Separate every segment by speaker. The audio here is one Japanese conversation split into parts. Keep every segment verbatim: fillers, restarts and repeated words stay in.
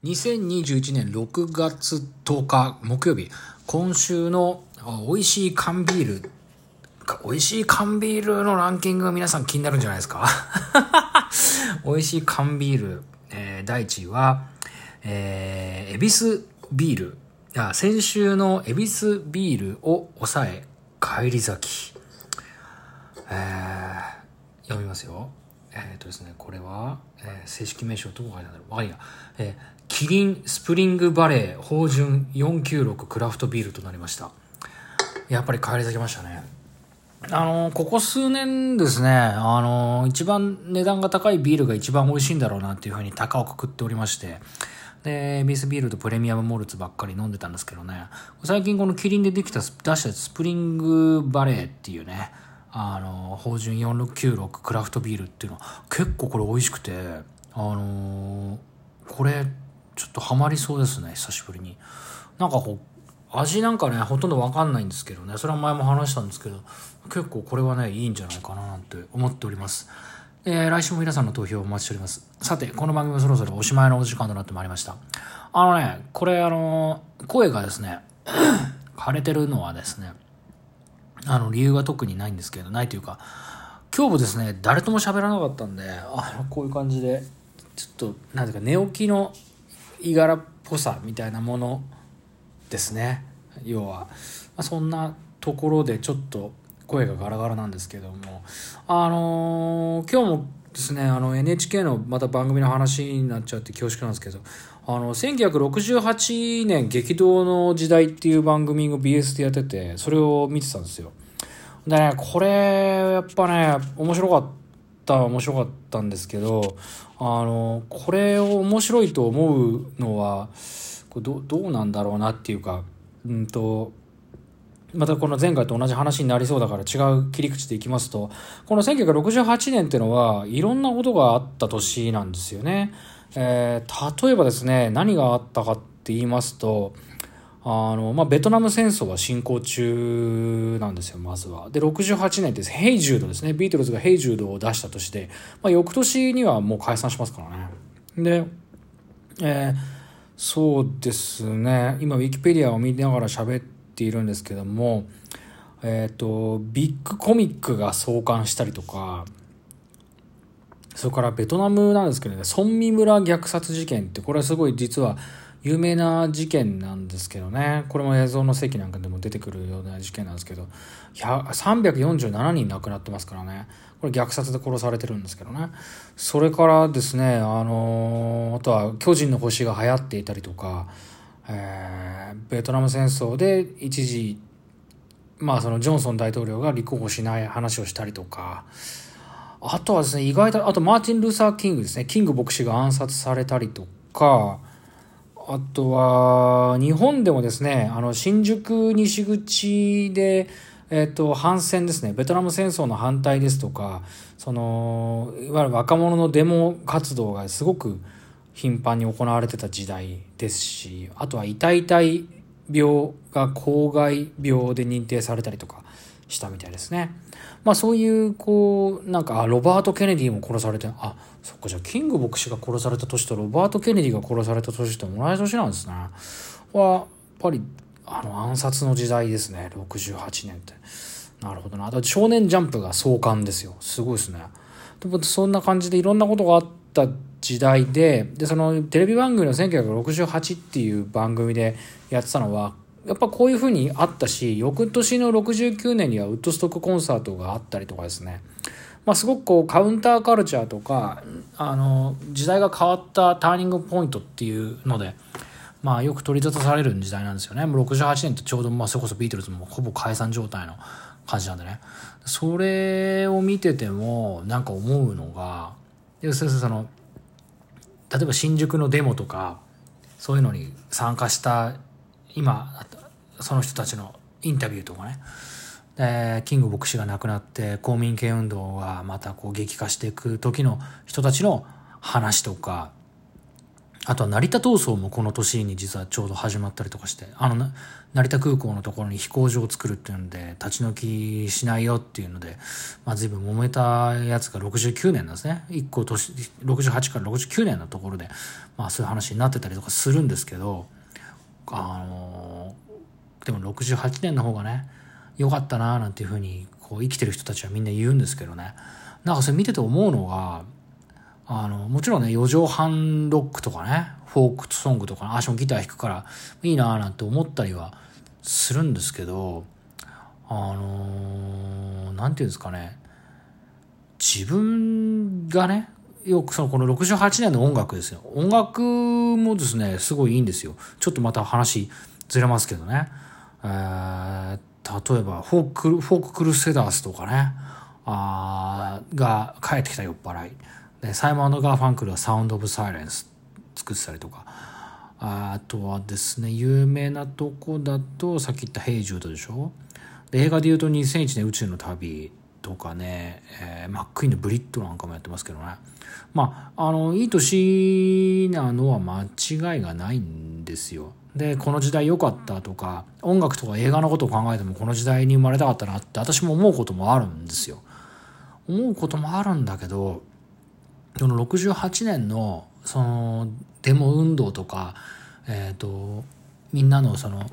Speaker 1: にせんにじゅういちねんろくがつとおか木曜日、今週の美味しい缶ビール、美味しい缶ビールのランキングが皆さん気になるんじゃないですか美味しい缶ビール、えー、だいいちいは、えー、恵比寿ビール。あ先週の恵比寿ビールを抑え返り咲き、えー、読みますよ。えっ、ー、とですね、これは、えー、正式名称どこ書いてあるんだろう。わかりや。えー、キリンスプリングバレー芳醇よんきゅうろくクラフトビールとなりました。やっぱり返り咲きましたね。あのー、ここ数年ですね、あのー、一番値段が高いビールが一番美味しいんだろうなっていうふうに高をくくっておりまして、で、恵比寿ビールとプレミアムモルツばっかり飲んでたんですけどね、最近このキリンでできた、出したスプリングバレーっていうね、あの、芳醇よんきゅうろくクラフトビールっていうのは結構これ美味しくて、あのー、これちょっとハマりそうですね、久しぶりに。なんかこう、味なんかね、ほとんどわかんないんですけどね、それは前も話したんですけど、結構これはね、いいんじゃないかななんて思っております。えー、来週も皆さんの投票をお待ちしております。さて、この番組もそろそろおしまいのお時間となってまいりました。あのね、これあのー、声がですね、枯れてるのはですね、あの、理由は特にないんですけど、ないというか、今日もですね、誰とも喋らなかったんで、あの、こういう感じで、ちょっと、なんていうか、寝起きのいがらっぽさみたいなものですね。要は、まあ、そんなところでちょっと声がガラガラなんですけども、あのー、今日もですね、あの エヌエイチケー のまた番組の話になっちゃって恐縮なんですけど、あのせんきゅうひゃくろくじゅうはちねん激動の時代っていう番組を ビーエス でやってて、それを見てたんですよ。でね、これやっぱね面白かった面白かったんですけど、あのこれを面白いと思うのはこれ ど, どうなんだろうなっていうか、うんとまたこの前回と同じ話になりそうだから違う切り口でいきますと、このせんきゅうひゃくろくじゅうはちねんっていうのはいろんなことがあった年なんですよね。えー、例えばですね、何があったかって言いますと、あの、まあ、ベトナム戦争は進行中なんですよ、まずは。で、ろくじゅうはちねんってヘイジュードですね。ビートルズがヘイジュードを出した年で、まあ、翌年にはもう解散しますからね。で、えー、そうですね、今ウィキペディアを見ながら喋っているんですけども、えっと、ビッグコミックが創刊したりとか、それからベトナムなんですけどね、ソンミ村虐殺事件って、これはすごい実は有名な事件なんですけどね、これも映像の世紀なんかでも出てくるような事件なんですけど、さんびゃくよんじゅうななにん亡くなってますからね、これ虐殺で殺されてるんですけどね。それからですね、あのー、あとは巨人の星が流行っていたりとか、えー、ベトナム戦争で一時、まあそのジョンソン大統領が立候補しない話をしたりとか、あとはですね、意外と、あとマーティン・ルーサー・キングですね、キング牧師が暗殺されたりとか、あとは日本でもですね、あの新宿西口で、えっと反戦ですね、ベトナム戦争の反対ですとか、そのいわゆる若者のデモ活動がすごく頻繁に行われてた時代ですし、あとは痛々病が公害病で認定されたりとかしたみたいですね。まあそういうこうなんかロバート・ケネディも殺されて、あ、そっか、じゃあキング牧師が殺された年とロバート・ケネディが殺された年って同じ年なんですね。はやっぱりあの暗殺の時代ですね、ろくじゅうはちねんって。なるほどな。だって少年ジャンプが創刊ですよ。すごいですね。でもそんな感じでいろんなことがあった時代で、でそのテレビ番組のせんきゅうひゃくろくじゅうはちっていう番組でやってたのは、やっぱこういう風にあったし、翌年のろくじゅうきゅうねんにはウッドストックコンサートがあったりとかですね、まあ、すごくこうカウンターカルチャーとか、あの時代が変わったターニングポイントっていうので、まあ、よく取り沙汰される時代なんですよね。もうろくじゅうはちねんってちょうど、まあ、それこそビートルズもほぼ解散状態の感じなんでね、それを見ててもなんか思うのが、要するにその例えば新宿のデモとかそういうのに参加した今その人たちのインタビューとかね、えー、キング牧師が亡くなって公民権運動がまたこう激化していく時の人たちの話とか、 あとは成田闘争もこの年に実はちょうど始まったりとかして、あの成田空港のところに飛行場を作るっていうので立ち退きしないよっていうので、まあ、随分揉めたやつがろくじゅうきゅうねんなんですね。いっこ年ろくじゅうはちからろくじゅうきゅうねんのところで、まあ、そういう話になってたりとかするんですけど、あのでもろくじゅうはちねんの方がね良かったななんていうふうにこう生きてる人たちはみんな言うんですけどね。なんかそれ見てて思うのが、あのもちろんねよじょうはんロックとかねフォークソングとか、ね、あしもギター弾くからいいななんて思ったりはするんですけど、あのー、なんていうんですかね、自分がねよくそのこのろくじゅうはちねんの音楽ですよ。音楽もですねすごいいいんですよ。ちょっとまた話ずれますけどね、えー、例えばフォークフォーククルセダースとかねあが帰ってきた酔っ払いで、サイモン&ガーファンクルはサウンドオブサイレンス作ってたりとか、あとはですね有名なとこだとさっき言ったヘイジュードでしょ。で映画でいうとにせんいちねん宇宙の旅とかね、えー、マックイーンのブリッドなんかもやってますけどね。まああのいい年なのは間違いがないんですよ。でこの時代良かったとか音楽とか映画のことを考えてもこの時代に生まれたかったなって私も思うこともあるんですよ。思うこともあるんだけど、そのろくじゅうはちねんのそのデモ運動とか、えーと、みんなのその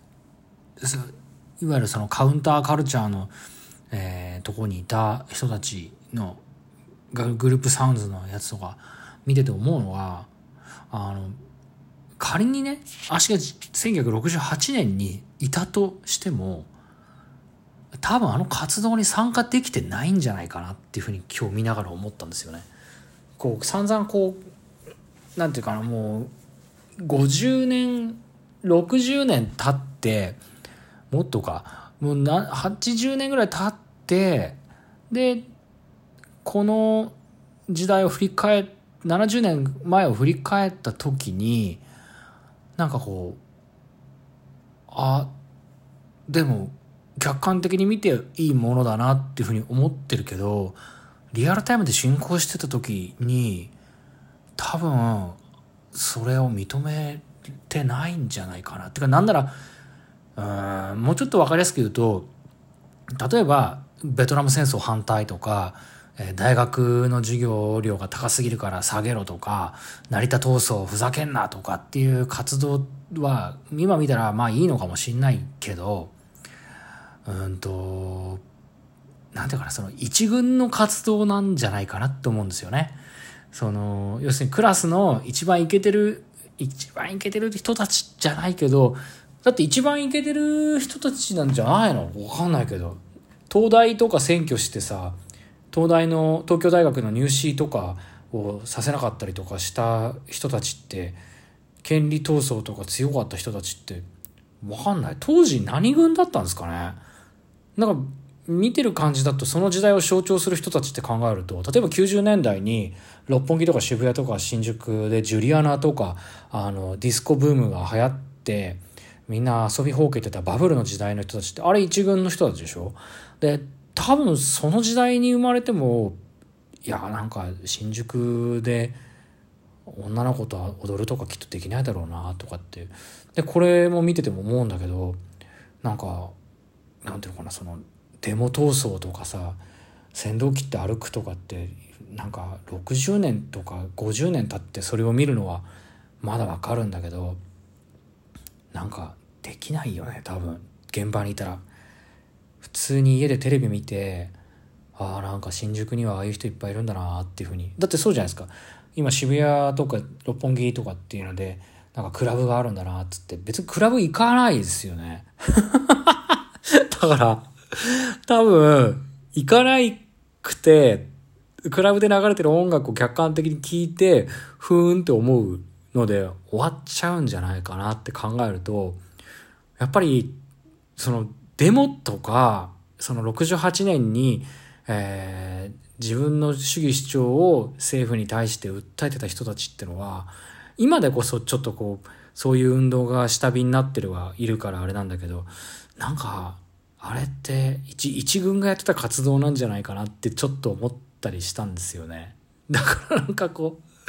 Speaker 1: いわゆるそのカウンターカルチャーの、えー、とこにいた人たちのグループサウンズのやつとか見てて思うのは、あの仮にね足がせんきゅうひゃくろくじゅうはちねんにいたとしても多分あの活動に参加できてないんじゃないかなっていうふうに今日見ながら思ったんですよね。こう散々こうなんていうかな、もうごじゅうねんろくじゅうねん経ってもっとかもうなはちじゅうねんぐらい経ってでこの時代を振り返っななじゅうねんまえを振り返った時になんかこうあでも客観的に見ていいものだなっていうふうに思ってるけど、リアルタイムで進行してた時に多分それを認めてないんじゃないかなっていうか、なんならうーんもうちょっと分かりやすく言うと、例えばベトナム戦争反対とか大学の授業料が高すぎるから下げろとか成田闘争ふざけんなとかっていう活動は今見たらまあいいのかもしんないけど、うんとなんていうかな、その一軍の活動なんじゃないかなって思うんですよね。その要するにクラスの一番イケてる一番イケてる人たちじゃないけど、だって一番イケてる人たちなんじゃないの？わかんないけど、東大とか占拠してさ、東大の東京大学の入試とかをさせなかったりとかした人たちって、権利闘争とか強かった人たちってわかんない。当時何軍だったんですかね。なんか見てる感じだとその時代を象徴する人たちって考えると、例えばきゅうじゅうねんだいに六本木とか渋谷とか新宿でジュリアナとかあのディスコブームが流行ってみんな遊びほうけてたバブルの時代の人たちって、あれ一軍の人たちでしょ。で多分その時代に生まれても、いやなんか新宿で女の子と踊るとかきっとできないだろうなとかって、でこれも見てても思うんだけど、なんかなんていうのかな、そのデモ闘争とかさ、先導切って歩くとかって、なんかろくじゅうねんとかごじゅうねん経ってそれを見るのはまだわかるんだけど、なんかできないよね多分現場にいたら。普通に家でテレビ見て、ああなんか新宿にはああいう人いっぱいいるんだなっていう風に、だってそうじゃないですか。今渋谷とか六本木とかっていうのでなんかクラブがあるんだなっつって、別にクラブ行かないですよねだから多分行かないくて、クラブで流れてる音楽を客観的に聴いてふーんって思うので終わっちゃうんじゃないかなって考えると、やっぱりそのデモとかそのろくじゅうはちねんに、えー、自分の主義主張を政府に対して訴えてた人たちってのは、今でこそちょっとこうそういう運動が下火になってるはいるからあれなんだけど、なんかあれって一一軍がやってた活動なんじゃないかなってちょっと思ったりしたんですよね。だからなんかこう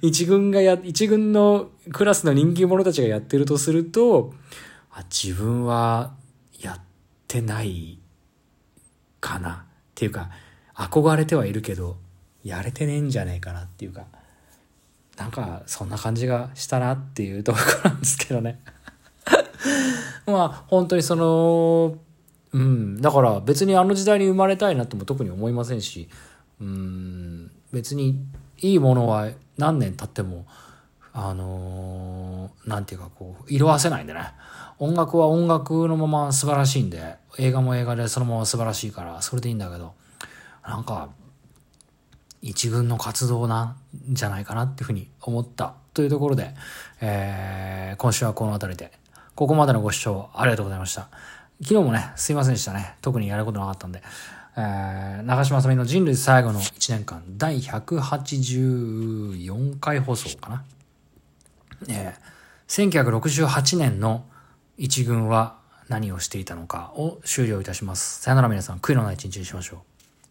Speaker 1: 一軍がや、一軍のクラスの人気者たちがやってるとすると、あ、自分はやってないかなっていうか、憧れてはいるけど、やれてねえんじゃねえかなっていうか、なんかそんな感じがしたなっていうところなんですけどね。まあ本当にその、うん、だから別にあの時代に生まれたいなとも特に思いませんし、うん、別にいいものは何年経っても、あのー、なんていうかこう、色あせないんでね。音楽は音楽のまま素晴らしいんで、映画も映画でそのまま素晴らしいから、それでいいんだけど、なんか、一軍の活動なんじゃないかなっていうふうに思ったというところで、えー、今週はこの辺りで、ここまでのご視聴ありがとうございました。昨日もね、すいませんでしたね。特にやることなかったんで。えー、長嶋あさみの人類最後のいちねんかん、だいひゃくはちじゅうよんかい放送かな。えー、せんきゅうひゃくろくじゅうはちねんの一軍は何をしていたのかを終了いたします。さよなら皆さん、悔いのない一日にしましょう。